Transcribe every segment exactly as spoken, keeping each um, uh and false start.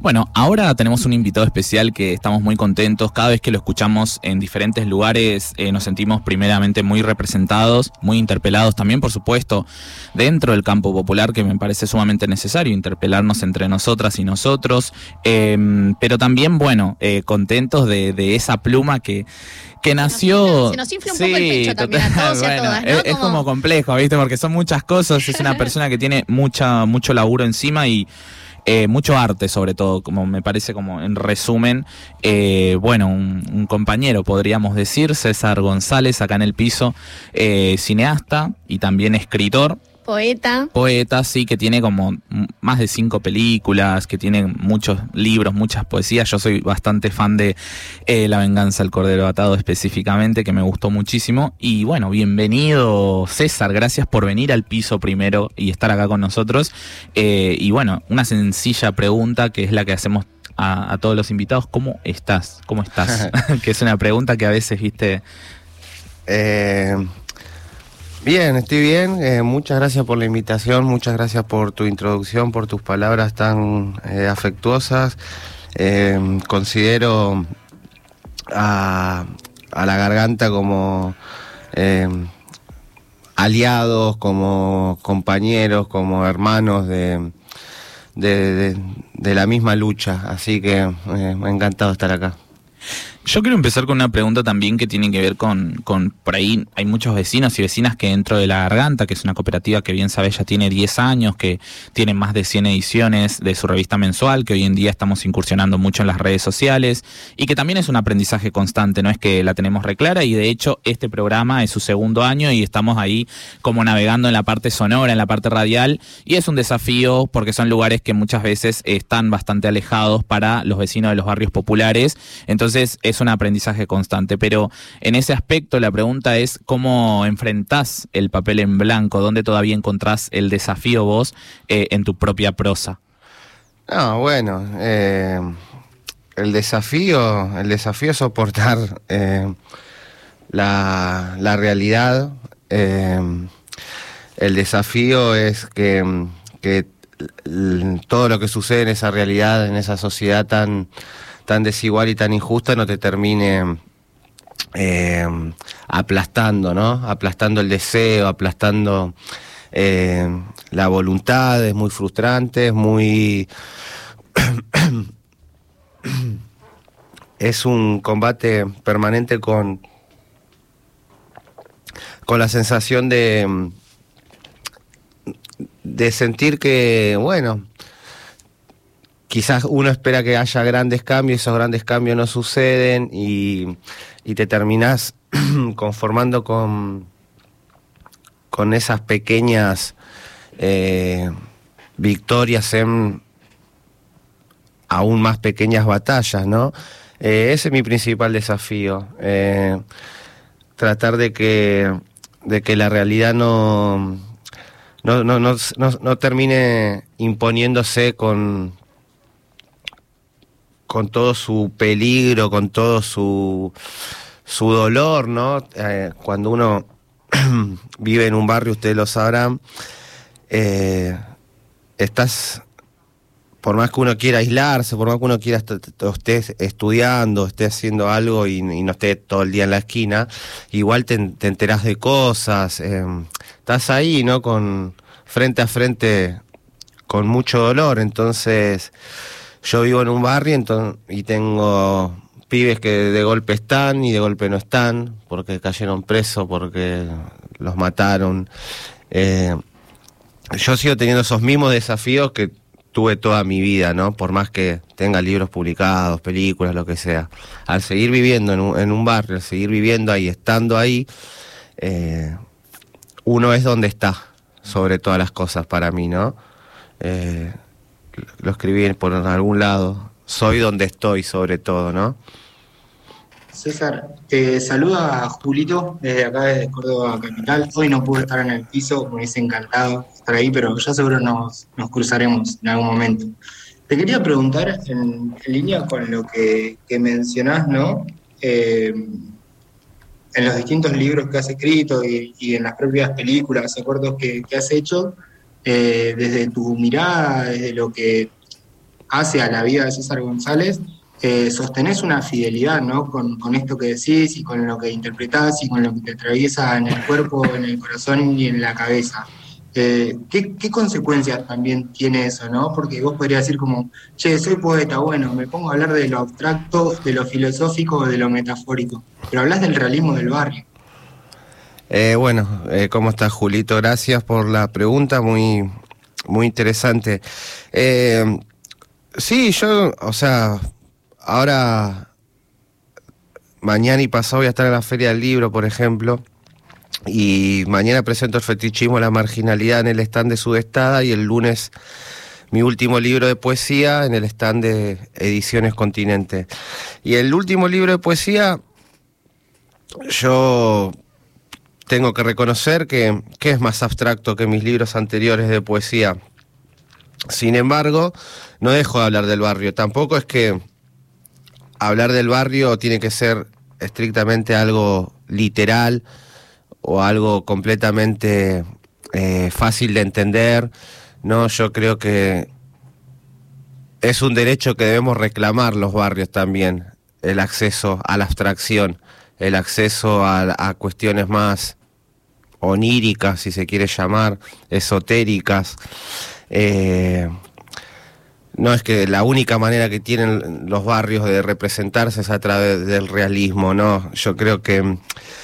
Bueno, ahora tenemos un invitado especial que estamos muy contentos. Cada vez que lo escuchamos en diferentes lugares eh, nos sentimos primeramente muy representados, muy interpelados también, por supuesto, dentro del campo popular, que me parece sumamente necesario interpelarnos entre nosotras y nosotros, eh, pero también, bueno, eh, contentos de, de esa pluma que... que nació... Se nos infla un sí, poco el pecho también a todos bueno, y a todas, ¿no? Es, es como complejo, ¿viste? Porque son muchas cosas, es una persona que tiene mucha mucho laburo encima y eh, mucho arte, sobre todo, como me parece, como en resumen. Eh, bueno, un, un compañero, podríamos decir, César González, acá en el piso, eh, cineasta y también escritor. Poeta. Poeta, sí, que tiene como más de cinco películas, que tiene muchos libros, muchas poesías. Yo soy bastante fan de eh, La venganza del Cordero Atado específicamente, que me gustó muchísimo. Y bueno, bienvenido César, gracias por venir al piso primero y estar acá con nosotros. Eh, y bueno, una sencilla pregunta que es la que hacemos a, a todos los invitados. ¿Cómo estás? ¿Cómo estás? Que es una pregunta que a veces, viste... Eh... Bien, estoy bien. Eh, muchas gracias por la invitación, muchas gracias por tu introducción, por tus palabras tan eh, afectuosas. Eh, considero a, a La Garganta como eh, aliados, como compañeros, como hermanos de, de, de, de la misma lucha. Así que eh, me ha encantado estar acá. Yo quiero empezar con una pregunta también que tiene que ver con, con, por ahí hay muchos vecinos y vecinas que dentro de La Garganta, que es una cooperativa que bien sabes ya tiene diez años, que tiene más de cien ediciones de su revista mensual, que hoy en día estamos incursionando mucho en las redes sociales y que también es un aprendizaje constante, no es que la tenemos reclara, y de hecho este programa es su segundo año y estamos ahí como navegando en la parte sonora, en la parte radial, y es un desafío porque son lugares que muchas veces están bastante alejados para los vecinos de los barrios populares, entonces es un aprendizaje constante. Pero en ese aspecto la pregunta es ¿cómo enfrentás el papel en blanco? ¿Dónde todavía encontrás el desafío vos eh, en tu propia prosa? No, bueno, eh, el desafío, el desafío es soportar eh, la, la realidad. Eh, el desafío es que, que todo lo que sucede en esa realidad, en esa sociedad tan tan desigual y tan injusta, no te termine eh, aplastando, ¿no? Aplastando el deseo, aplastando eh, la voluntad. Es muy frustrante, es muy... es un combate permanente con, con la sensación de, de sentir que, bueno... Quizás uno espera que haya grandes cambios, esos grandes cambios no suceden y, y te terminás conformando con, con esas pequeñas eh, victorias en aún más pequeñas batallas, ¿no? Eh, ese es mi principal desafío, eh, tratar de que, de que la realidad no, no, no, no, no, no termine imponiéndose con... con todo su peligro, con todo su, su dolor, ¿no? Eh, cuando uno vive en un barrio, ustedes lo sabrán, eh, estás, por más que uno quiera aislarse, por más que uno quiera est- esté estudiando, esté haciendo algo y, y no esté todo el día en la esquina, igual te, te enterás de cosas, eh, estás ahí, ¿no? Con, frente a frente con mucho dolor, entonces... Yo vivo en un barrio entonces, y tengo pibes que de golpe están y de golpe no están, porque cayeron presos, porque los mataron. Eh, yo sigo teniendo esos mismos desafíos que tuve toda mi vida, ¿no? Por más que tenga libros publicados, películas, lo que sea. Al seguir viviendo en un, en un barrio, al seguir viviendo ahí, estando ahí, eh, uno es donde está, sobre todas las cosas para mí, ¿no? Eh, lo escribí por algún lado, soy donde estoy sobre todo, ¿no? César, te saluda Julito desde acá, desde Córdoba Capital. Hoy no pude estar en el piso, me hubiese encantado estar ahí, pero ya seguro nos, nos cruzaremos en algún momento. Te quería preguntar, en, en línea con lo que, que mencionás, ¿no? Eh, en los distintos libros que has escrito y, y en las propias películas o cortos que, que has hecho, eh, desde tu mirada, desde lo que hace a la vida de César González, eh, sostenés una fidelidad, ¿no? Con, con esto que decís y con lo que interpretás y con lo que te atraviesa en el cuerpo, en el corazón y en la cabeza. Eh, ¿qué, ¿Qué consecuencias también tiene eso, no? Porque vos podrías decir como, che, soy poeta, bueno, me pongo a hablar de lo abstracto, de lo filosófico, de lo metafórico, pero hablas del realismo del barrio. Eh, bueno, eh, ¿cómo estás, Julito? Gracias por la pregunta, muy, muy interesante. Eh, sí, yo, o sea, ahora, mañana y pasado voy a estar en la Feria del Libro, por ejemplo, y mañana presento el fetichismo, la marginalidad en el stand de Sudestada, y el lunes mi último libro de poesía en el stand de Ediciones Continente. Y el último libro de poesía, yo tengo que reconocer que, que es más abstracto que mis libros anteriores de poesía. Sin embargo, no dejo de hablar del barrio. Tampoco es que hablar del barrio tiene que ser estrictamente algo literal o algo completamente eh, fácil de entender. No, yo creo que es un derecho que debemos reclamar los barrios también, el acceso a la abstracción, el acceso a, a cuestiones más oníricas, si se quiere llamar, esotéricas. Eh, no es que la única manera que tienen los barrios de representarse es a través del realismo, no. Yo creo que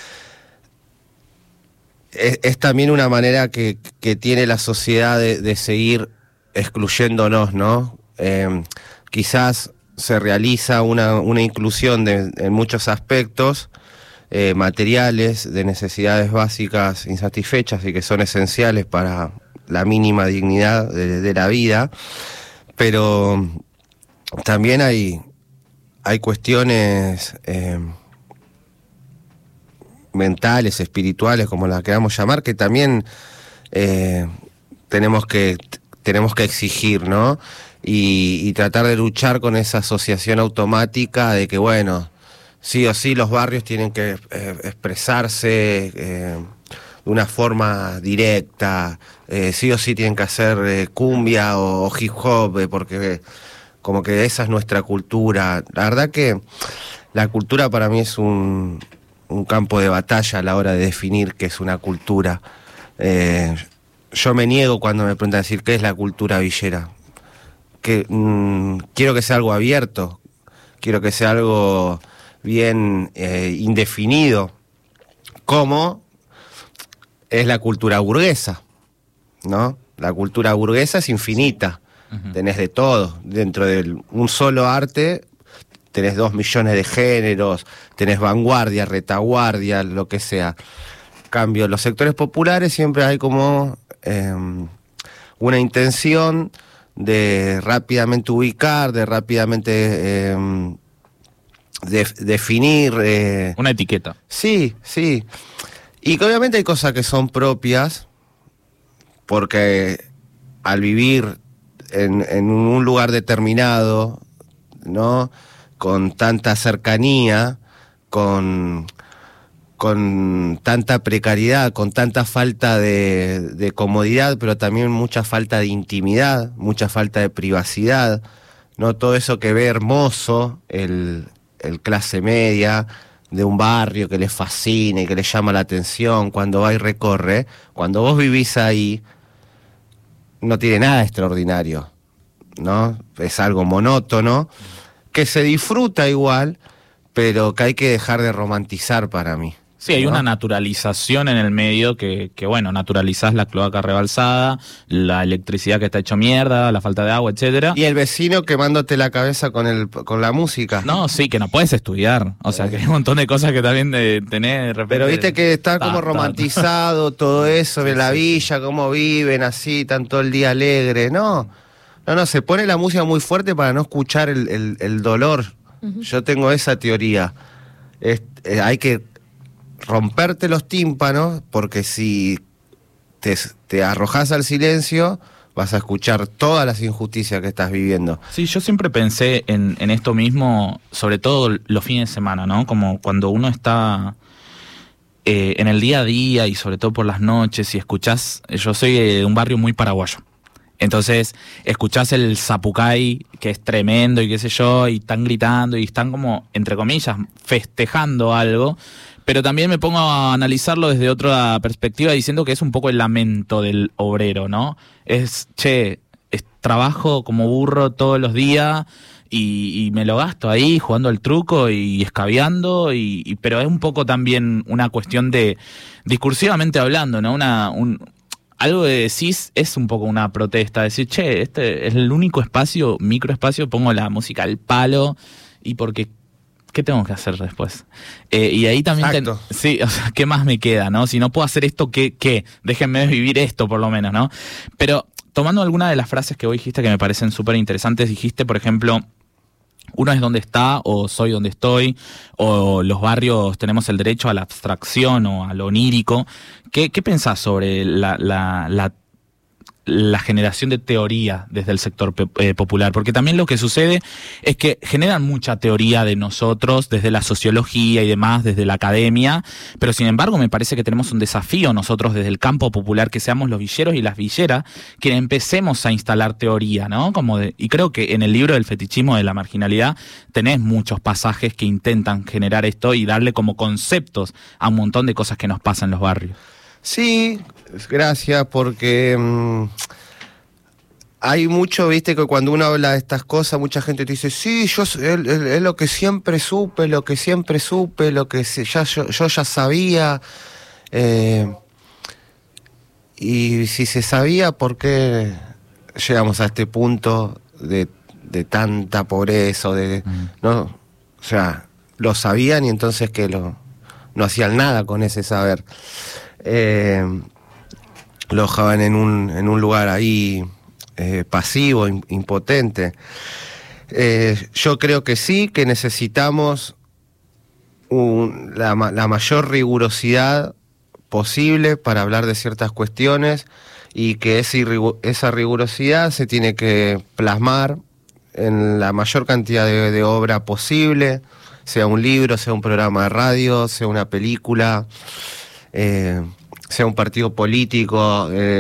es, es también una manera que, que tiene la sociedad de, de seguir excluyéndonos, ¿no? Eh, quizás se realiza una, una inclusión de, en muchos aspectos, Eh, materiales, de necesidades básicas insatisfechas y que son esenciales para la mínima dignidad de, de la vida, pero también hay, hay cuestiones eh, mentales, espirituales, como las queramos llamar, que también eh, tenemos que, tenemos que exigir, ¿no? Y, y tratar de luchar con esa asociación automática de que, bueno, sí o sí los barrios tienen que eh, expresarse eh, de una forma directa, eh, sí o sí tienen que hacer eh, cumbia o, o hip hop, eh, porque como que esa es nuestra cultura. La verdad que la cultura para mí es un, un campo de batalla a la hora de definir qué es una cultura. Eh, yo me niego cuando me preguntan decir qué es la cultura villera. Que, mmm, quiero que sea algo abierto, quiero que sea algo bien eh, indefinido, como es la cultura burguesa, ¿no? La cultura burguesa es infinita, uh-huh. Tenés de todo, dentro de un solo arte tenés dos millones de géneros, tenés vanguardia, retaguardia, lo que sea. Cambio, los sectores populares siempre hay como eh, una intención de rápidamente ubicar, de rápidamente eh, de, definir... Eh, una etiqueta. Sí, sí. Y que obviamente hay cosas que son propias, porque al vivir en, en un lugar determinado, ¿no?, con tanta cercanía, con, con tanta precariedad, con tanta falta de, de comodidad, pero también mucha falta de intimidad, mucha falta de privacidad, ¿no? Todo eso que ve hermoso el, el clase media de un barrio que le fascina y que le llama la atención cuando va y recorre, cuando vos vivís ahí, no tiene nada extraordinario, ¿no? Es algo monótono, que se disfruta igual, pero que hay que dejar de romantizar para mí. Sí, hay ¿no? una naturalización en el medio que, que, bueno, naturalizás la cloaca rebalsada, la electricidad que está hecho mierda, la falta de agua, etcétera. Y el vecino quemándote la cabeza con el con la música. No, sí, que no puedes estudiar. O sea, que hay un montón de cosas que también de tener de repente. Pero viste que está como ta, romantizado ta, todo eso de sí, la sí, villa, cómo viven así, están todo el día alegre. No, no, no, se pone la música muy fuerte para no escuchar el, el, el dolor. Uh-huh. Yo tengo esa teoría. Es, eh, hay que romperte los tímpanos, porque si te, te arrojas al silencio, vas a escuchar todas las injusticias que estás viviendo. Sí, yo siempre pensé en, en esto mismo, sobre todo los fines de semana, ¿no? Como cuando uno está eh, en el día a día y sobre todo por las noches y escuchás, yo soy de un barrio muy paraguayo. Entonces, escuchás el zapucay, que es tremendo y qué sé yo, y están gritando y están como, entre comillas, festejando algo, pero también me pongo a analizarlo desde otra perspectiva diciendo que es un poco el lamento del obrero, ¿no? Es, che, es trabajo como burro todos los días y, y me lo gasto ahí jugando al truco y escabeando, y, y, pero es un poco también una cuestión de, discursivamente hablando, ¿no? Una... Un, algo de decís es un poco una protesta, decir, che, este es el único espacio, microespacio, pongo la música al palo, y porque, ¿qué tengo que hacer después? Eh, y ahí también, ten, sí, o sea, ¿qué más me queda, no? Si no puedo hacer esto, ¿qué? ¿Qué? Déjenme vivir esto, por lo menos, ¿no? Pero, tomando alguna de las frases que vos dijiste que me parecen súper interesantes, dijiste, por ejemplo, uno es donde está, o soy donde estoy, o los barrios tenemos el derecho a la abstracción o a lo onírico. ¿Qué, qué pensás sobre la, la, la, la generación de teoría desde el sector pe- eh, popular? Porque también lo que sucede es que generan mucha teoría de nosotros, desde la sociología y demás, desde la academia, pero sin embargo me parece que tenemos un desafío nosotros desde el campo popular, que seamos los villeros y las villeras, que empecemos a instalar teoría, ¿no? Como de, y creo que en el libro del fetichismo de la marginalidad tenés muchos pasajes que intentan generar esto y darle como conceptos a un montón de cosas que nos pasan en los barrios. Sí, gracias, porque mmm, hay mucho, viste, que cuando uno habla de estas cosas, mucha gente te dice, sí, yo es, es, es lo que siempre supe, lo que siempre supe, lo que se, ya, yo, yo ya sabía. Eh, y si se sabía, ¿por qué llegamos a este punto de, de tanta pobreza? De, mm. ¿no? O sea, lo sabían y entonces que lo, no hacían nada con ese saber. Eh, lo dejaban en un, en un lugar ahí eh, pasivo, in, impotente. Eh, yo creo que sí, que necesitamos un, la, la mayor rigurosidad posible para hablar de ciertas cuestiones, y que ese, esa rigurosidad se tiene que plasmar en la mayor cantidad de, de obra posible, sea un libro, sea un programa de radio, sea una película, eh, sea un partido político, eh,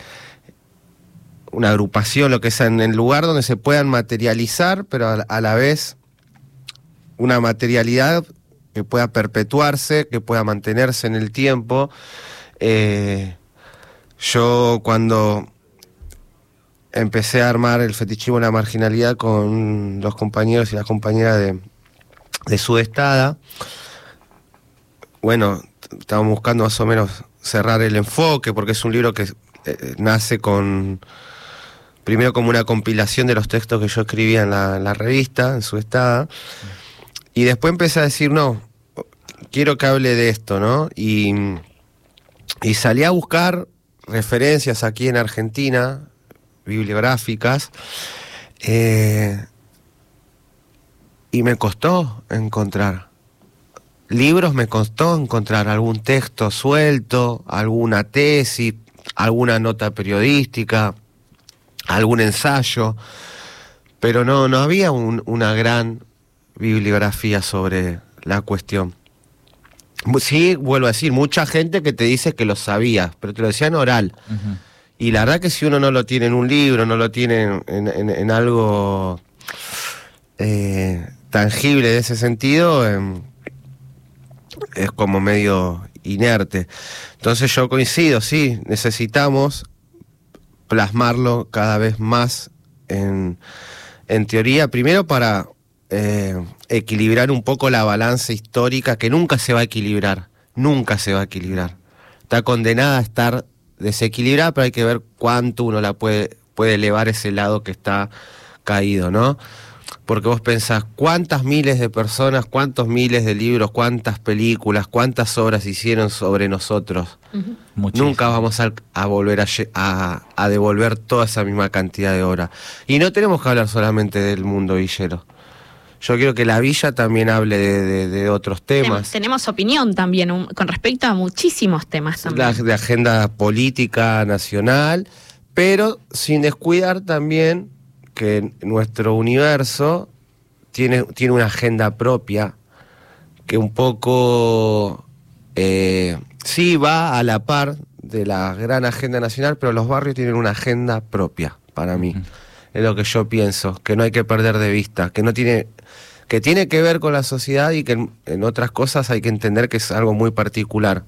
una agrupación, lo que sea, en el lugar donde se puedan materializar, pero a, a la vez una materialidad que pueda perpetuarse, que pueda mantenerse en el tiempo. Eh, yo cuando empecé a armar el fetichismo de la marginalidad con los compañeros y las compañeras de, de Sudestada, bueno, estábamos buscando más o menos cerrar el enfoque, porque es un libro que eh, nace con, primero como una compilación de los textos que yo escribía en la, en la revista, en Sudestada, y después empecé a decir, no, quiero que hable de esto, ¿no? Y, y salí a buscar referencias aquí en Argentina, bibliográficas, eh, y me costó encontrar. Libros me costó encontrar algún texto suelto, alguna tesis, alguna nota periodística, algún ensayo, pero no, no había un, una gran bibliografía sobre la cuestión. Sí, vuelvo a decir, mucha gente que te dice que lo sabía, pero te lo decían oral. Uh-huh. Y la verdad que si uno no lo tiene en un libro, no lo tiene en, en, en, en algo eh, tangible de ese sentido, eh, es como medio inerte. Entonces yo coincido, sí, necesitamos plasmarlo cada vez más en, en teoría, primero para eh, equilibrar un poco la balanza histórica, que nunca se va a equilibrar, nunca se va a equilibrar. Está condenada a estar desequilibrada, pero hay que ver cuánto uno la puede, puede elevar ese lado que está caído, ¿no? Porque vos pensás, ¿cuántas miles de personas, cuántos miles de libros, cuántas películas, cuántas obras hicieron sobre nosotros? Uh-huh. Nunca vamos a, a volver a, a, a devolver toda esa misma cantidad de obras. Y no tenemos que hablar solamente del mundo villero. Yo quiero que la villa también hable de, de, de otros temas. Tenemos opinión también un, con respecto a muchísimos temas también. La, de agenda política nacional, pero sin descuidar también que nuestro universo tiene, tiene una agenda propia que un poco eh, sí va a la par de la gran agenda nacional, pero los barrios tienen una agenda propia, para mí. Es lo que yo pienso, que no hay que perder de vista, que no tiene, que tiene que ver con la sociedad y que en, en otras cosas hay que entender que es algo muy particular.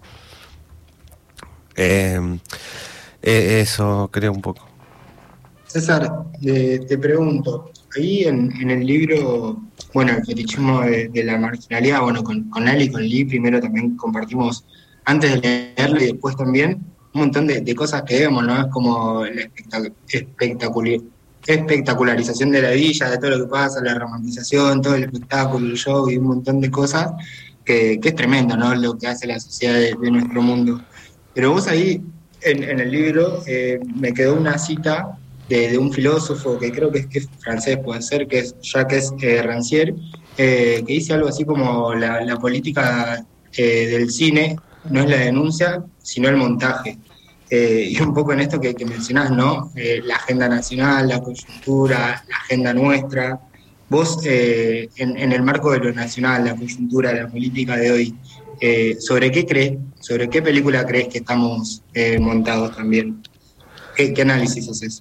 Eh, eh, eso creo un poco. César, eh, te pregunto, ahí en, en el libro, bueno, el fetichismo de, de la marginalidad, bueno, con, con Ali y con Lee primero también compartimos, antes de leerlo y después también, un montón de, de cosas que vemos, ¿no? Es como la espectac- espectacular, espectacularización de la villa, de todo lo que pasa, la romantización, todo el espectáculo, el show y un montón de cosas que, que es tremendo, ¿no? Lo que hace la sociedad de, de nuestro mundo. Pero vos ahí, en, en el libro, eh, me quedó una cita de, de un filósofo que creo que es, que es francés, puede ser, que es Jacques eh, Rancière, eh, que dice algo así como la, la política eh, del cine no es la denuncia, sino el montaje. Eh, y un poco en esto que, que mencionás, ¿no? Eh, la agenda nacional, la coyuntura, la agenda nuestra. Vos, eh, en, en el marco de lo nacional, la coyuntura, la política de hoy, eh, ¿sobre qué crees, sobre qué película crees que estamos eh, montados también? ¿Qué, qué análisis haces?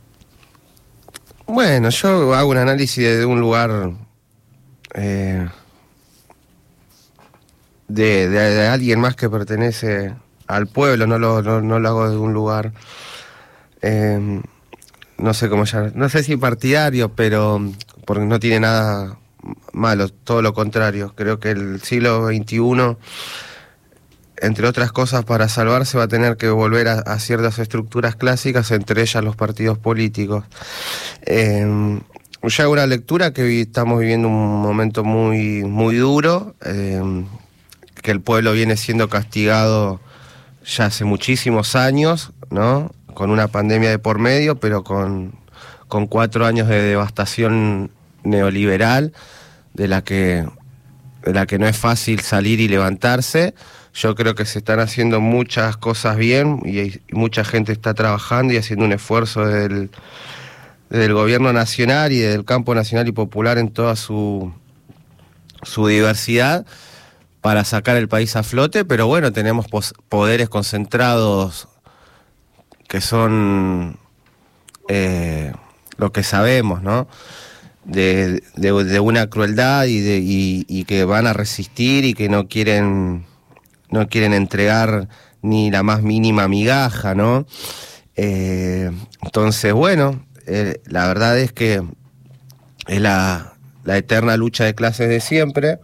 Bueno, yo hago un análisis desde un lugar eh, de, de, de alguien más que pertenece al pueblo, no lo, no, no lo hago desde un lugar, eh, no sé cómo llamar, no sé si partidario, pero porque no tiene nada malo, todo lo contrario. Creo que el siglo veintiuno, entre otras cosas, para salvarse va a tener que volver a, a ciertas estructuras clásicas, entre ellas los partidos políticos. Eh, ya hago una lectura que vi, estamos viviendo un momento muy, muy duro, eh, que el pueblo viene siendo castigado ya hace muchísimos años, ¿no? Con una pandemia de por medio, pero con, con cuatro años de devastación neoliberal, de la que, de la que no es fácil salir y levantarse. Yo creo que se están haciendo muchas cosas bien y, y mucha gente está trabajando y haciendo un esfuerzo desde el, desde el gobierno nacional y del campo nacional y popular en toda su, su diversidad para sacar el país a flote, pero bueno, tenemos pos- poderes concentrados que son eh, lo que sabemos, ¿no? De, de, de una crueldad y, de, y, y que van a resistir y que no quieren, no quieren entregar ni la más mínima migaja, ¿no? Eh, entonces, bueno, eh, la verdad es que es la, la eterna lucha de clases de siempre.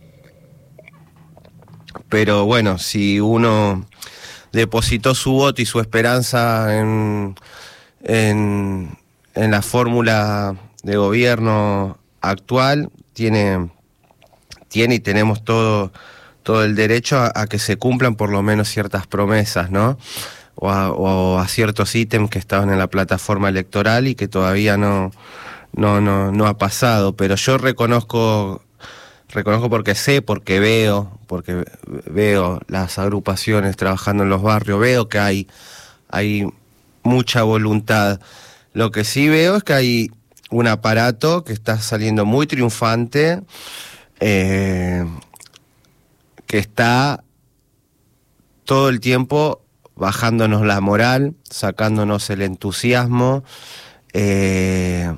Pero bueno, si uno depositó su voto y su esperanza en, en, en la fórmula de gobierno actual, tiene, tiene y tenemos todo, todo el derecho a, a que se cumplan por lo menos ciertas promesas, ¿no? O a, o a ciertos ítems que estaban en la plataforma electoral y que todavía no, no, no, no ha pasado. Pero yo reconozco... Reconozco porque sé, porque veo, porque veo las agrupaciones trabajando en los barrios, veo que hay, hay mucha voluntad. Lo que sí veo es que hay un aparato que está saliendo muy triunfante, eh, que está todo el tiempo bajándonos la moral, sacándonos el entusiasmo, eh,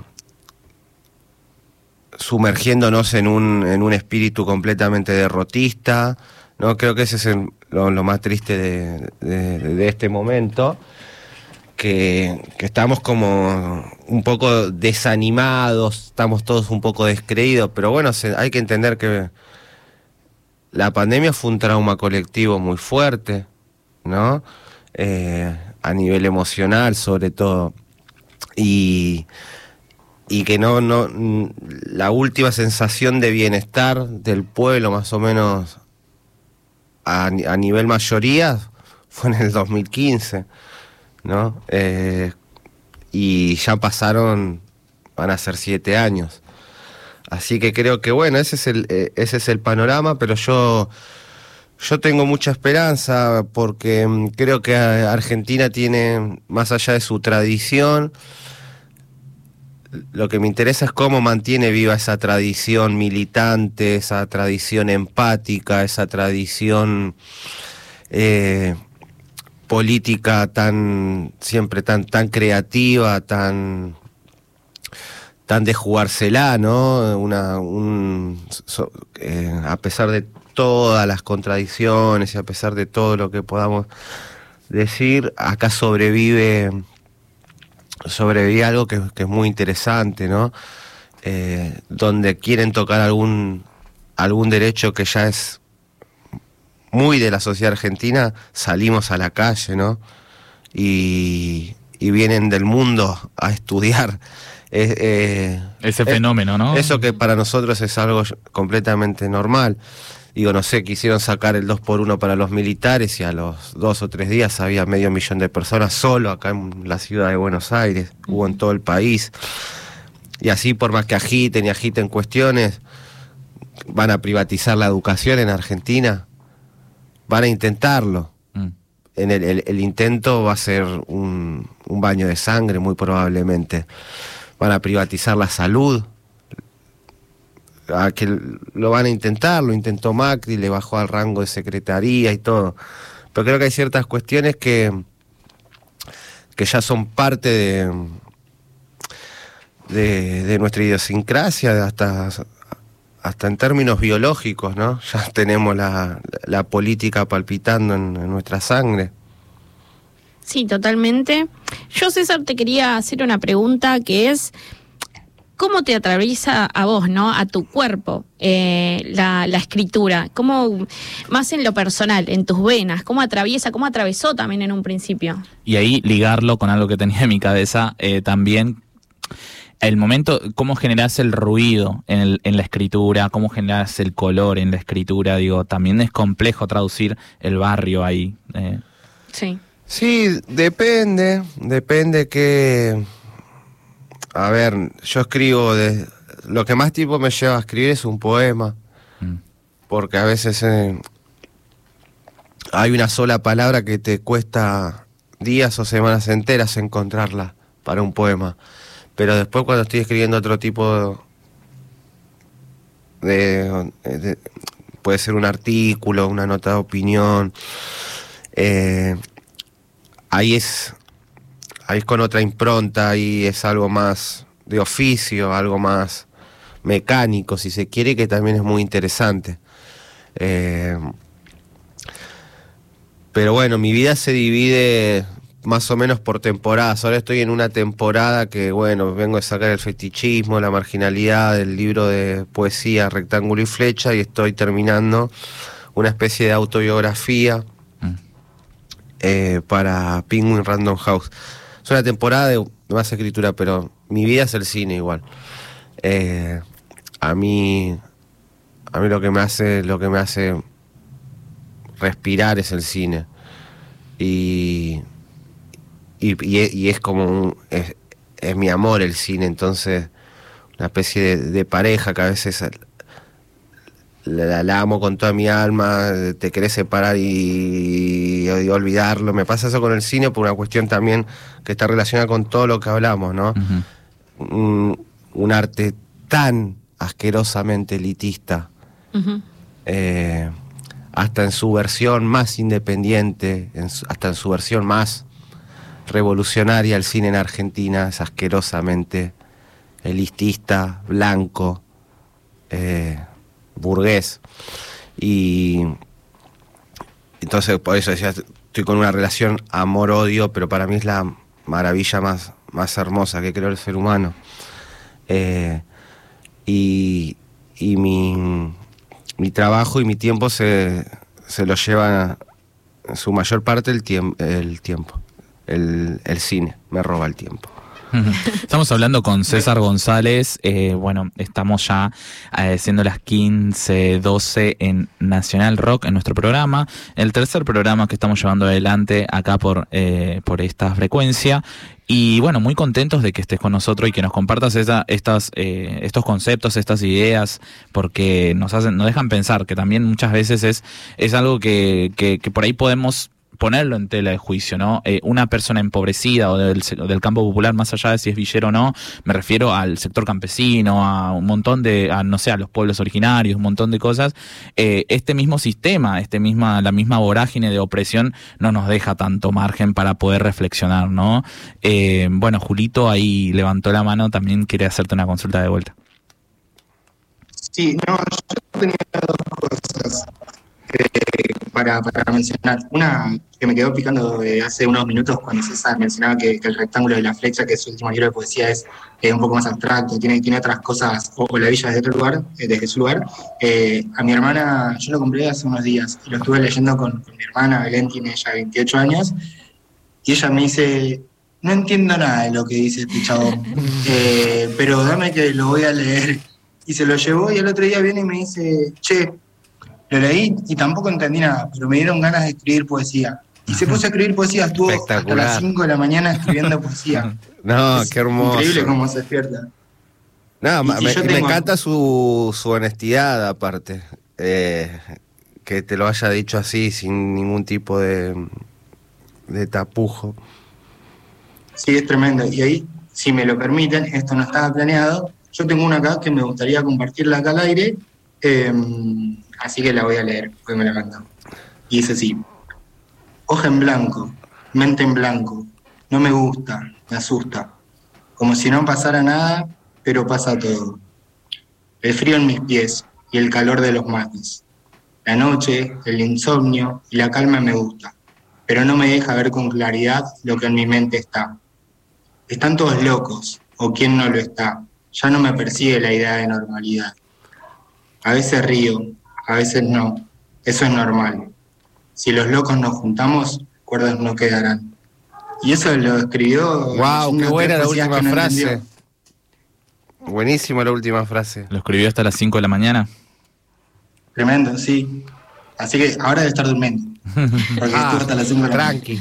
sumergiéndonos en un, en un espíritu completamente derrotista, ¿no? Creo que ese es el, lo, lo más triste de, de, de este momento, que, que estamos como un poco desanimados, estamos todos un poco descreídos, pero bueno, se, hay que entender que la pandemia fue un trauma colectivo muy fuerte, ¿no? Eh, a nivel emocional sobre todo, y... y que no, no, la última sensación de bienestar del pueblo, más o menos a, a nivel mayoría, fue en el dos mil quince, ¿no? Eh, y ya pasaron, van a ser siete años. Así que creo que bueno, ese es el, eh, ese es el panorama, pero yo, yo tengo mucha esperanza porque um, creo que Argentina tiene, más allá de su tradición, lo que me interesa es cómo mantiene viva esa tradición militante, esa tradición empática, esa tradición eh, política tan siempre tan tan creativa, tan tan de jugársela, ¿no? Una un so, eh, a pesar de todas las contradicciones y a pesar de todo lo que podamos decir, acá sobrevive sobrevive algo que, que es muy interesante, ¿no? Eh, donde quieren tocar algún algún derecho que ya es muy de la sociedad argentina, salimos a la calle, ¿no? Y, y vienen del mundo a estudiar eh, eh, ese eh, fenómeno, ¿no? Eso que para nosotros es algo completamente normal. Digo, no sé, quisieron sacar el dos por uno para los militares y a los dos o tres días había medio millón de personas solo acá en la ciudad de Buenos Aires, uh-huh. Hubo en todo el país. Y así, por más que agiten y agiten cuestiones, van a privatizar la educación en Argentina, van a intentarlo. Mm. En el, el, el intento va a ser un, un baño de sangre, muy probablemente. Van a privatizar la salud, a que lo van a intentar, lo intentó Macri, le bajó al rango de secretaría y todo. Pero creo que hay ciertas cuestiones que, que ya son parte de, de, de nuestra idiosincrasia, hasta, hasta en términos biológicos, ¿no? Ya tenemos la, la política palpitando en, en nuestra sangre. Sí, totalmente. Yo, César, te quería hacer una pregunta que es: ¿cómo te atraviesa a vos, ¿no? A tu cuerpo, eh, la, la escritura? ¿Cómo, más en lo personal, en tus venas? ¿Cómo atraviesa, cómo atravesó también en un principio? Y ahí ligarlo con algo que tenía en mi cabeza, eh, también el momento, cómo generás el ruido en, el, en la escritura, cómo generás el color en la escritura. Digo, también es complejo traducir el barrio ahí. Eh. Sí. Sí, depende, depende que... A ver, yo escribo, de, lo que más tiempo me lleva a escribir es un poema, mm. porque a veces eh, hay una sola palabra que te cuesta días o semanas enteras encontrarla para un poema, pero después cuando estoy escribiendo otro tipo de, de, de puede ser un artículo, una nota de opinión, eh, ahí es... Ahí es con otra impronta, ahí es algo más de oficio, algo más mecánico, si se quiere, que también es muy interesante. Eh, pero bueno, mi vida se divide más o menos por temporadas. Ahora estoy en una temporada que, bueno, vengo de sacar el fetichismo, la marginalidad, del libro de poesía Rectángulo y Flecha, y estoy terminando una especie de autobiografía mm. eh, para Penguin Random House. Es una temporada de más escritura, pero mi vida es el cine igual. Eh, a mí, a mí lo que me hace, lo que me hace respirar es el cine. Y, y, y, y es como un, es, es mi amor el cine, entonces una especie de, de pareja que a veces la, la amo con toda mi alma, te querés separar y, y olvidarlo. Me pasa eso con el cine por una cuestión también que está relacionada con todo lo que hablamos, ¿no? Uh-huh. un, un arte tan asquerosamente elitista, uh-huh. eh, hasta en su versión más independiente, en su, hasta en su versión más revolucionaria, el cine en Argentina es asquerosamente elitista, blanco, eh, burgués. Y entonces por eso decía, estoy con una relación amor-odio, pero para mí es la maravilla más, más hermosa que creó el ser humano. Eh, y y mi, mi trabajo y mi tiempo se, se lo lleva en su mayor parte el, tiemp, el tiempo. El, el cine me roba el tiempo. Estamos hablando con César González, eh, bueno, estamos ya eh, siendo las quince doce en Nacional Rock, en nuestro programa, el tercer programa que estamos llevando adelante acá por, eh, por esta frecuencia. Y bueno, muy contentos de que estés con nosotros y que nos compartas esa, estas, eh, estos conceptos, estas ideas, porque nos hacen, nos dejan pensar que también muchas veces es, es algo que, que, que por ahí podemos ponerlo en tela de juicio, ¿no? Eh, una persona empobrecida o del, del campo popular, más allá de si es villero o no, me refiero al sector campesino, a un montón de, a, no sé, a los pueblos originarios, un montón de cosas. Eh, este mismo sistema, este misma, la misma vorágine de opresión no nos deja tanto margen para poder reflexionar, ¿no? Eh, bueno, Julito ahí levantó la mano, también quiere hacerte una consulta de vuelta. Sí, no, yo tenía dos cosas eh, para, para mencionar. Una que me quedó picando de hace unos minutos cuando César mencionaba que, que el rectángulo de la flecha, que es su último libro de poesía, es eh, un poco más abstracto, tiene, tiene otras cosas, o, o La Villa desde otro lugar, eh, desde su lugar. Eh, a mi hermana, yo lo compré hace unos días y lo estuve leyendo con, con mi hermana, Belén tiene ya veintiocho años, y ella me dice, no entiendo nada de lo que dice este chabón, eh, pero dame que lo voy a leer. Y se lo llevó y el otro día viene y me dice, che, lo leí y tampoco entendí nada, pero me dieron ganas de escribir poesía. Y se puso a escribir poesía, estuvo hasta las cinco de la mañana escribiendo poesía. No, es qué hermoso. Increíble cómo se despierta. No, Y- me, y yo me tengo- encanta su, su honestidad aparte. Eh, que te lo haya dicho así, sin ningún tipo de, de tapujo. Sí, es tremendo. Y ahí, si me lo permiten, esto no estaba planeado. Yo tengo una acá que me gustaría compartirla acá al aire, eh, así que la voy a leer, porque me la encantó. Y dice así: hoja en blanco, mente en blanco, no me gusta, me asusta, como si no pasara nada, pero pasa todo. El frío en mis pies y el calor de los mates. La noche, el insomnio y la calma me gusta, pero no me deja ver con claridad lo que en mi mente está. Están todos locos, o quién no lo está. Ya no me persigue la idea de normalidad. A veces río, a veces no. Eso es normal. Si los locos nos juntamos, cuerdas no quedarán. Y eso lo escribió... ¡Wow! ¡Qué unas buena tres la poesías última que no frase! entendió. Buenísima la última frase. Lo escribió hasta las cinco de la mañana. Tremendo, sí. Así que ahora debe estar durmiendo. Porque Ah, estuvo hasta las cinco de la mañana. tranqui.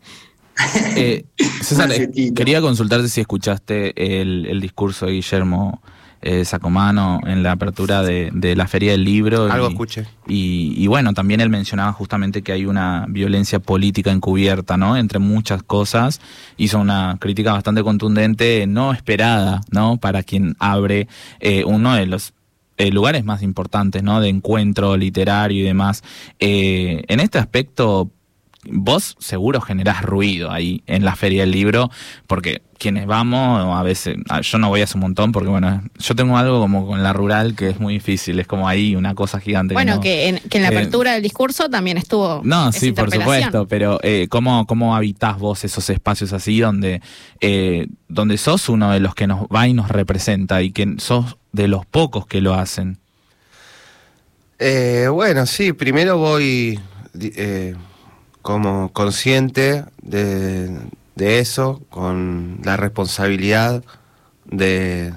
Eh, César, Una eh, siestita. quería consultarte si escuchaste el, el discurso de Guillermo eh, Sacomano en la apertura de, de la Feria del Libro. Algo y, escuché. Y, y bueno, también él mencionaba justamente que hay una violencia política encubierta, ¿no? Entre muchas cosas. Hizo una crítica bastante contundente, no esperada, ¿no? Para quien abre eh, uno de los eh, lugares más importantes, ¿no? De encuentro literario y demás. Eh, en este aspecto, vos seguro generás ruido ahí en la Feria del Libro, porque quienes vamos, a veces, yo no voy hace un montón, porque bueno, yo tengo algo como con la rural que es muy difícil, es como ahí una cosa gigante. Bueno, que, no, que, en, que en la eh, apertura del discurso también estuvo No, esa sí, por interpelación. supuesto, pero eh, ¿cómo, ¿cómo habitás vos esos espacios así donde, eh, donde sos uno de los que nos va y nos representa y que sos de los pocos que lo hacen? Eh, bueno, sí, primero voy eh, como consciente de, de eso, con la responsabilidad de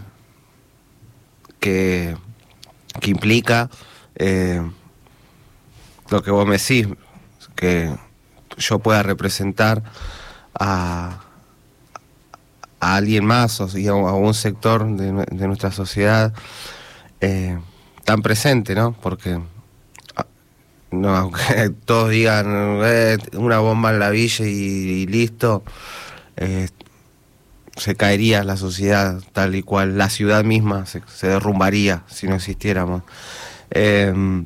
que, que implica eh, lo que vos me decís, que yo pueda representar a, a alguien más o sea, a un sector de, de nuestra sociedad eh, tan presente, ¿no? Porque no, aunque todos digan eh, una bomba en la villa y, y listo, eh, se caería la sociedad tal y cual, la ciudad misma se, se derrumbaría si no existiéramos. Eh,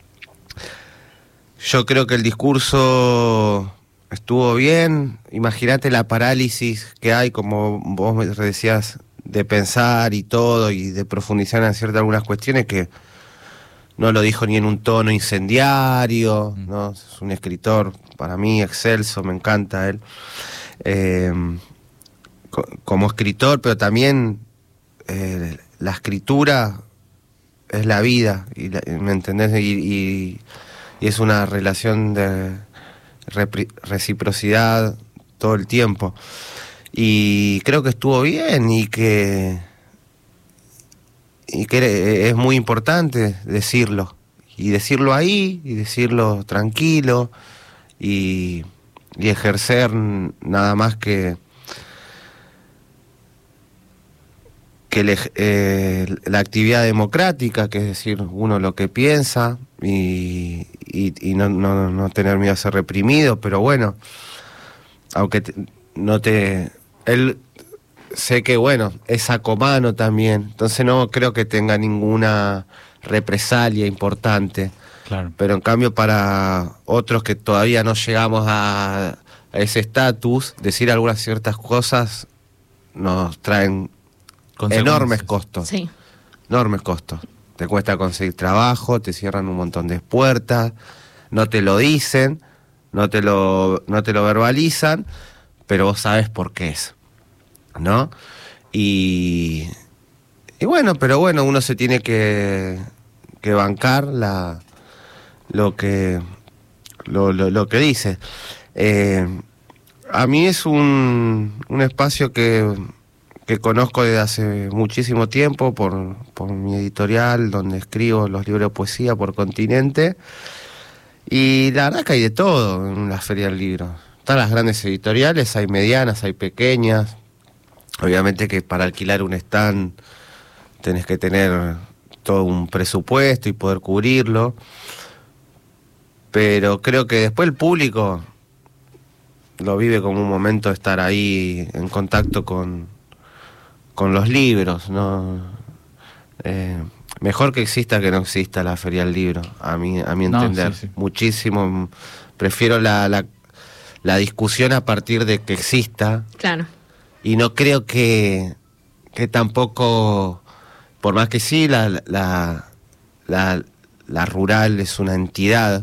yo creo que el discurso estuvo bien. Imagínate la parálisis que hay, como vos me decías, de pensar y todo, y de profundizar en ciertas algunas cuestiones que no lo dijo ni en un tono incendiario, ¿no? Es un escritor, para mí, excelso, me encanta él. Eh, co como escritor, pero también eh, la escritura es la vida, y la, ¿me entendés? Y, y, y es una relación de reciprocidad todo el tiempo. Y creo que estuvo bien y que... y que es muy importante decirlo, y decirlo ahí, y decirlo tranquilo, y, y ejercer nada más que, que le, eh, la actividad democrática, que es decir, uno lo que piensa, y, y, y no, no, no tener miedo a ser reprimido, pero bueno, aunque te, no te... Él sé que, bueno, es sacomano también, entonces no creo que tenga ninguna represalia importante. Claro. Pero en cambio para otros que todavía no llegamos a, a ese estatus, decir algunas ciertas cosas nos traen enormes costos. Sí. Enormes costos. Te cuesta conseguir trabajo, te cierran un montón de puertas, no te lo dicen, no te lo, no te lo verbalizan, pero vos sabes por qué es, ¿no? Y, y bueno, pero bueno, uno se tiene que, que bancar la, lo que lo, lo, lo que dice. Eh, a mí es un, un espacio que, que conozco desde hace muchísimo tiempo por, por mi editorial, donde escribo los libros de poesía por continente. Y la verdad que hay de todo en la Feria del Libro. Están las grandes editoriales, hay medianas, hay pequeñas. Obviamente que para alquilar un stand tenés que tener todo un presupuesto y poder cubrirlo. Pero creo que después el público lo vive como un momento de estar ahí en contacto con, con los libros, ¿no? Eh, mejor que exista que no exista la Feria del Libro, a mi, a mi entender. No, sí, sí. Muchísimo. Prefiero la, la, la discusión a partir de que exista. Claro. Y no creo que, que tampoco, por más que sí, la, la, la, la rural es una entidad,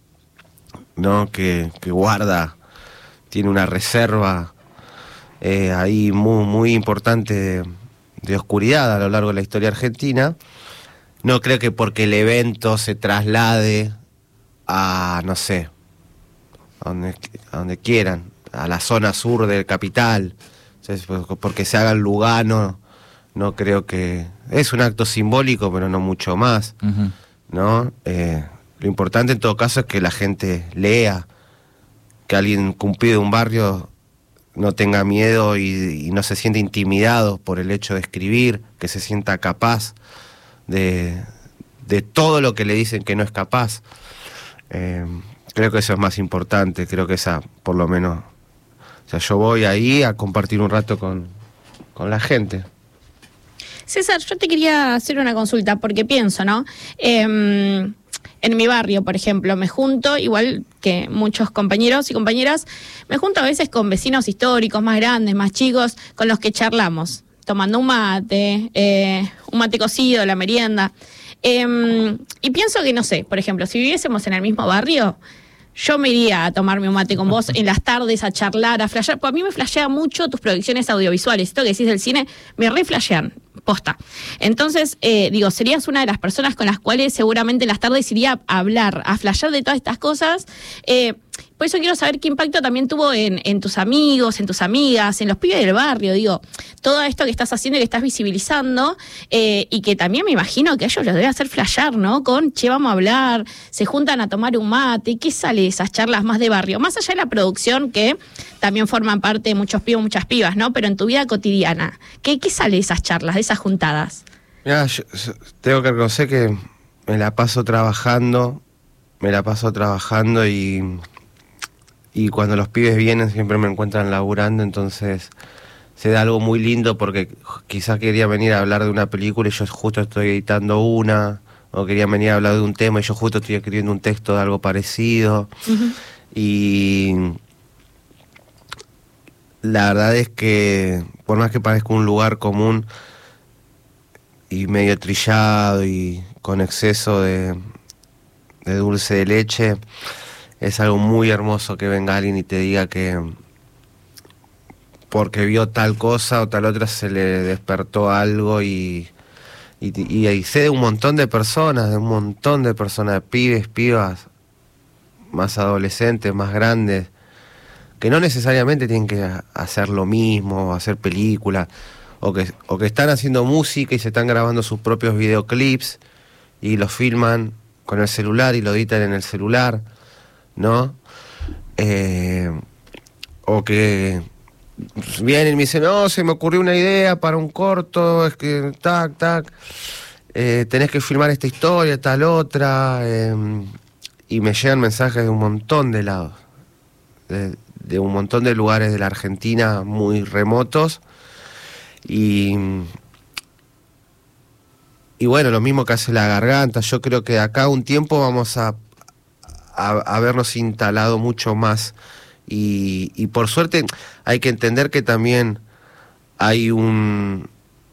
¿no? Que, que guarda, tiene una reserva eh, ahí muy, muy importante de, de oscuridad a lo largo de la historia argentina. No creo que porque el evento se traslade a, no sé, a donde, a donde quieran, a la zona sur del capital, entonces, porque se haga en Lugano, no creo que... Es un acto simbólico, pero no mucho más, Uh-huh. ¿no? Eh, lo importante en todo caso es que la gente lea, que alguien cumplido de un barrio no tenga miedo y, y no se sienta intimidado por el hecho de escribir, que se sienta capaz de, de todo lo que le dicen que no es capaz. Eh, creo que eso es más importante, creo que esa, por lo menos... O sea, yo voy ahí a compartir un rato con, con la gente. César, yo te quería hacer una consulta, porque pienso, ¿no? Eh, en mi barrio, por ejemplo, me junto, igual que muchos compañeros y compañeras, me junto a veces con vecinos históricos más grandes, más chicos, con los que charlamos, tomando un mate, eh, un mate cocido, la merienda. Eh, y pienso que, no sé, por ejemplo, si viviésemos en el mismo barrio, yo me iría a tomarme un mate con vos en las tardes, a charlar, a flashear. Pues a mí me flashea mucho tus producciones audiovisuales. Esto que decís del cine, me re flashean, posta. Entonces, eh, digo, serías una de las personas con las cuales seguramente en las tardes iría a hablar, a flashear de todas estas cosas. Eh, por eso quiero saber qué impacto también tuvo en, en tus amigos, en tus amigas, en los pibes del barrio. Digo, todo esto que estás haciendo y que estás visibilizando, eh, y que también me imagino que a ellos les debe hacer flashear, ¿no? Con, che, vamos a hablar, se juntan a tomar un mate. ¿Qué sale de esas charlas más de barrio? Más allá de la producción, que también forman parte de muchos pibos, muchas pibas, ¿no? Pero en tu vida cotidiana, ¿qué, qué sale de esas charlas, de esas juntadas? Mira, yo, yo tengo que reconocer que me la paso trabajando, me la paso trabajando y... Y cuando los pibes vienen siempre me encuentran laburando, entonces se da algo muy lindo porque quizás quería venir a hablar de una película y yo justo estoy editando una, o quería venir a hablar de un tema y yo justo estoy escribiendo un texto de algo parecido. Uh-huh. Y la verdad es que, por más que parezca un lugar común y medio trillado y con exceso de, de dulce de leche, es algo muy hermoso que venga alguien y te diga que porque vio tal cosa o tal otra se le despertó algo y, y, y, y sé de un montón de personas, de un montón de personas, de pibes, pibas, más adolescentes, más grandes, que no necesariamente tienen que hacer lo mismo, hacer películas, o que, o que están haciendo música y se están grabando sus propios videoclips y los filman con el celular y lo editan en el celular, ¿no? Eh, o que vienen y me dicen, no, se me ocurrió una idea para un corto, es que tac, tac, eh, tenés que filmar esta historia, tal otra, eh, y me llegan mensajes de un montón de lados, de, de un montón de lugares de la Argentina muy remotos, y, y bueno, lo mismo que hace La Garganta. Yo creo que de acá a un tiempo vamos a, a, a vernos instalado mucho más, y, y por suerte hay que entender que también hay un...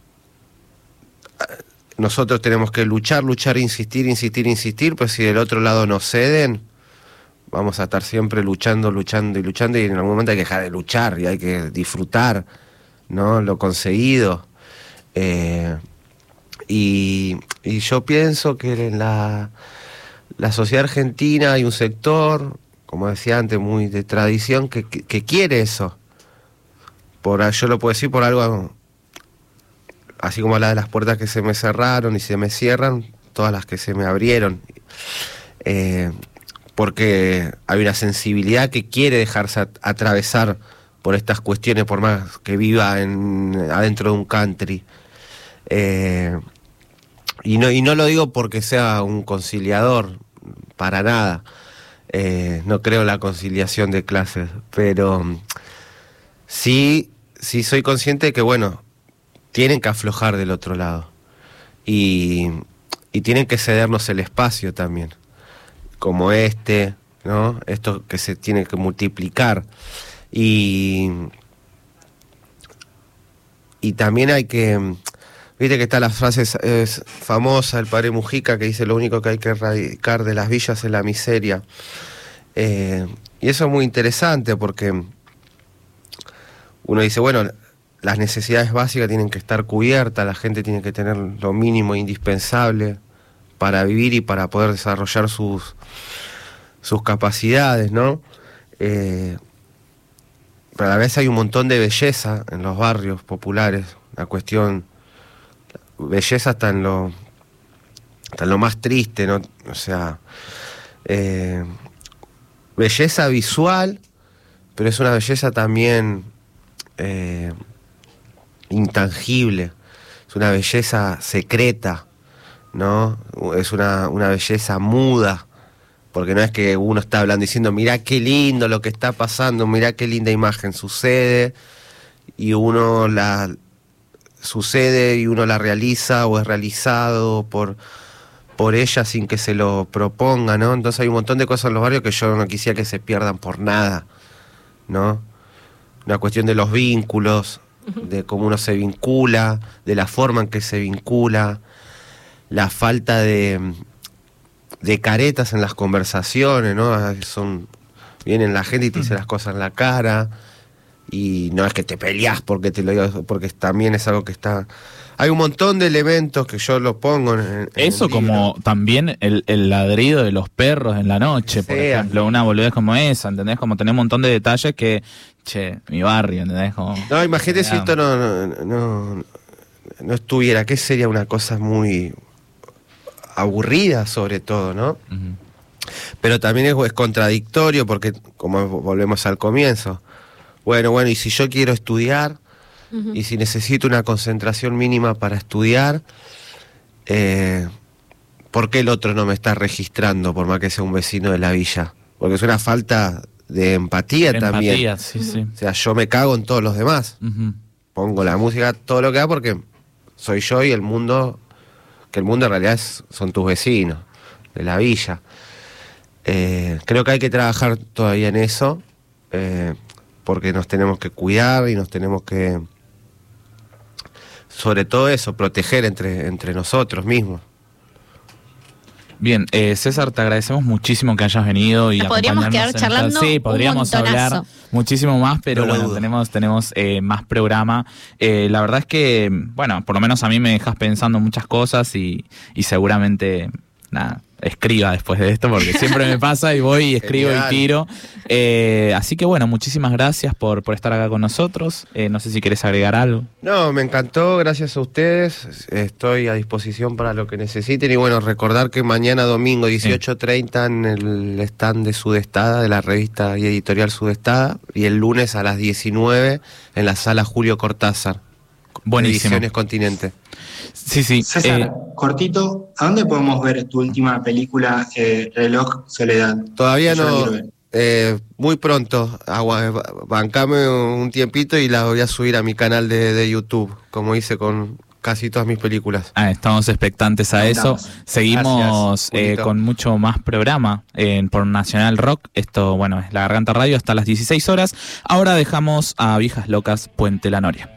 Nosotros tenemos que luchar, luchar, insistir, insistir, insistir, pues si del otro lado nos ceden, vamos a estar siempre luchando, luchando y luchando, y en algún momento hay que dejar de luchar y hay que disfrutar, ¿no?, lo conseguido. Eh, y, y yo pienso que en la, la sociedad argentina hay un sector, como decía antes, muy de tradición, que, que, que quiere eso. Por, yo lo puedo decir por algo, así como la de las puertas que se me cerraron y se me cierran, todas las que se me abrieron. Eh, porque hay una sensibilidad que quiere dejarse at- atravesar por estas cuestiones, por más que viva en, adentro de un country. Eh, y, no, y no lo digo porque sea un conciliador, para nada. Eh, no creo en la conciliación de clases, pero sí, sí soy consciente de que, bueno, tienen que aflojar del otro lado. Y, y tienen que cedernos el espacio también, como este, ¿no? Esto que se tiene que multiplicar. Y, y también hay que... Viste que está la frase es famosa del padre Mujica, que dice: lo único que hay que erradicar de las villas es la miseria. Eh, y eso es muy interesante, porque uno dice, bueno, las necesidades básicas tienen que estar cubiertas, la gente tiene que tener lo mínimo indispensable para vivir y para poder desarrollar sus, sus capacidades, ¿no? Eh, pero a la vez hay un montón de belleza en los barrios populares, la cuestión... belleza hasta en lo hasta en lo más triste, ¿no? O sea, eh, belleza visual, pero es una belleza también eh, intangible, es una belleza secreta, ¿no? Es una, una belleza muda, porque no es que uno está hablando diciendo mirá qué lindo lo que está pasando, mirá qué linda imagen sucede, y uno la sucede y uno la realiza o es realizado por, por ella sin que se lo proponga, ¿no? Entonces hay un montón de cosas en los barrios que yo no quisiera que se pierdan por nada, ¿no? Una cuestión de los vínculos, de cómo uno se vincula, de la forma en que se vincula, la falta de, de caretas en las conversaciones, ¿no? Son, vienen la gente y te dice las cosas en la cara, y no es que te peleás porque te lo digo, porque también es algo que está... Hay un montón de elementos que yo lo pongo en, en eso, como también el, el ladrido de los perros en la noche, por Sí, ejemplo, una boludez como esa, ¿entendés? Como tenés un montón de detalles que, che, mi barrio, ¿entendés? Como, no, imagínate si esto no, no, no, no estuviera, que sería una cosa muy aburrida sobre todo, ¿no? Uh-huh. Pero también es, es contradictorio porque, como volvemos al comienzo, bueno, bueno, y si yo quiero estudiar, uh-huh, y si necesito una concentración mínima para estudiar, eh, ¿por qué el otro no me está registrando, por más que sea un vecino de la villa? Porque es una falta de empatía, de también. Empatía, sí, uh-huh, sí. O sea, yo me cago en todos los demás. Uh-huh. Pongo la música, todo lo que da, porque soy yo y el mundo, que el mundo en realidad es, son tus vecinos de la villa. Eh, creo que hay que trabajar todavía en eso, eh, porque nos tenemos que cuidar y nos tenemos que, sobre todo eso, proteger entre, entre nosotros mismos. Bien, eh, César, te agradecemos muchísimo que hayas venido y Nos podríamos acompañarnos quedar en charlando esta... Sí, podríamos un montonazo. hablar muchísimo más, pero No lo bueno, dudo. tenemos tenemos eh, más programa. Eh, la verdad es que, bueno, por lo menos a mí me dejas pensando muchas cosas y, y seguramente, nada, escriba después de esto, porque siempre me pasa y voy y escribo Genial. y tiro. Eh, así que bueno, muchísimas gracias por, por estar acá con nosotros. Eh, no sé si querés agregar algo. No, me encantó, gracias a ustedes, estoy a disposición para lo que necesiten, y bueno, recordar que mañana domingo dieciocho treinta en el stand de Sudestada, de la revista y editorial Sudestada, y el lunes a las diecinueve en la sala Julio Cortázar, Buenísimo. Ediciones Continente. Sí, sí. César, eh, cortito, ¿a dónde podemos ver tu última película, eh, Reloj Soledad? Todavía Yo la no, quiero ver. eh, muy pronto, agua, bancame un tiempito y la voy a subir a mi canal de, de YouTube, como hice con casi todas mis películas. Ah, estamos expectantes a eso. Estamos. Seguimos Gracias, eh, Julito. con mucho más programa en, por Nacional Rock. Esto, bueno, es La Garganta Radio hasta las dieciséis horas. Ahora dejamos a Viejas Locas, Puente La Noria.